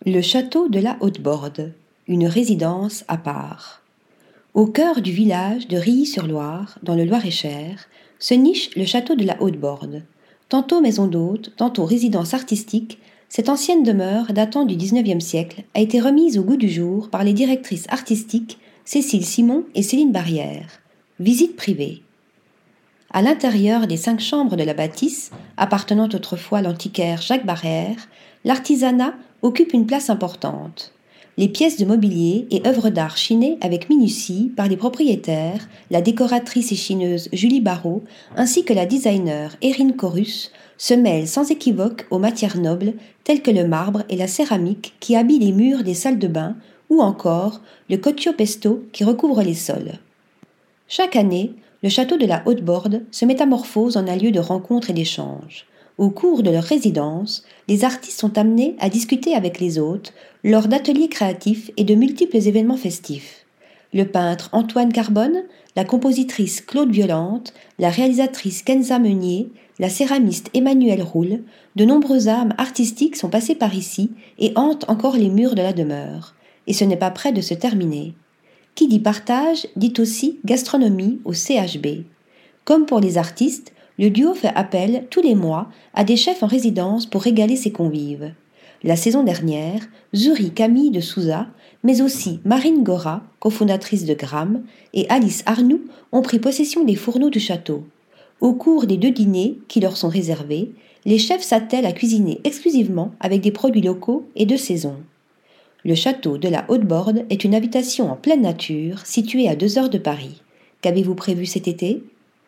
Le château de la Haute-Borde, une résidence à part. Au cœur du village de Rilly-sur-Loire, dans le Loir-et-Cher, se niche le château de la Haute-Borde. Tantôt maison d'hôte, tantôt résidence artistique, cette ancienne demeure datant du XIXe siècle a été remise au goût du jour par les directrices artistiques Cécile Simon et Céline Barrière. Visite privée. À l'intérieur des 5 chambres de la bâtisse, appartenant autrefois à l'antiquaire Jacques Barrière, l'artisanat occupe une place importante. Les pièces de mobilier et œuvres d'art chinées avec minutie par les propriétaires, la décoratrice et chineuse Julie Barrault, ainsi que la designer Erin Corus, se mêlent sans équivoque aux matières nobles telles que le marbre et la céramique qui habillent les murs des salles de bain ou encore le coccio pesto qui recouvre les sols. Chaque année, le château de la Haute-Borde se métamorphose en un lieu de rencontre et d'échange. Au cours de leur résidence, les artistes sont amenés à discuter avec les hôtes lors d'ateliers créatifs et de multiples événements festifs. Le peintre Antoine Carbone, la compositrice Claude Violante, la réalisatrice Kenza Meunier, la céramiste Emmanuelle Roule, de nombreuses âmes artistiques sont passées par ici et hantent encore les murs de la demeure. Et ce n'est pas près de se terminer. Qui dit partage dit aussi gastronomie au CHB. Comme pour les artistes, le duo fait appel tous les mois à des chefs en résidence pour régaler ses convives. La saison dernière, Zuri Camille de Souza, mais aussi Marine Gora, cofondatrice de Gramme, et Alice Arnoux ont pris possession des fourneaux du château. Au cours des 2 dîners qui leur sont réservés, les chefs s'attellent à cuisiner exclusivement avec des produits locaux et de saison. Le château de la Haute-Borde est une habitation en pleine nature située à 2 heures de Paris. Qu'avez-vous prévu cet été ?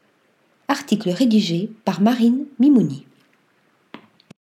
Article rédigé par Marine Mimouni.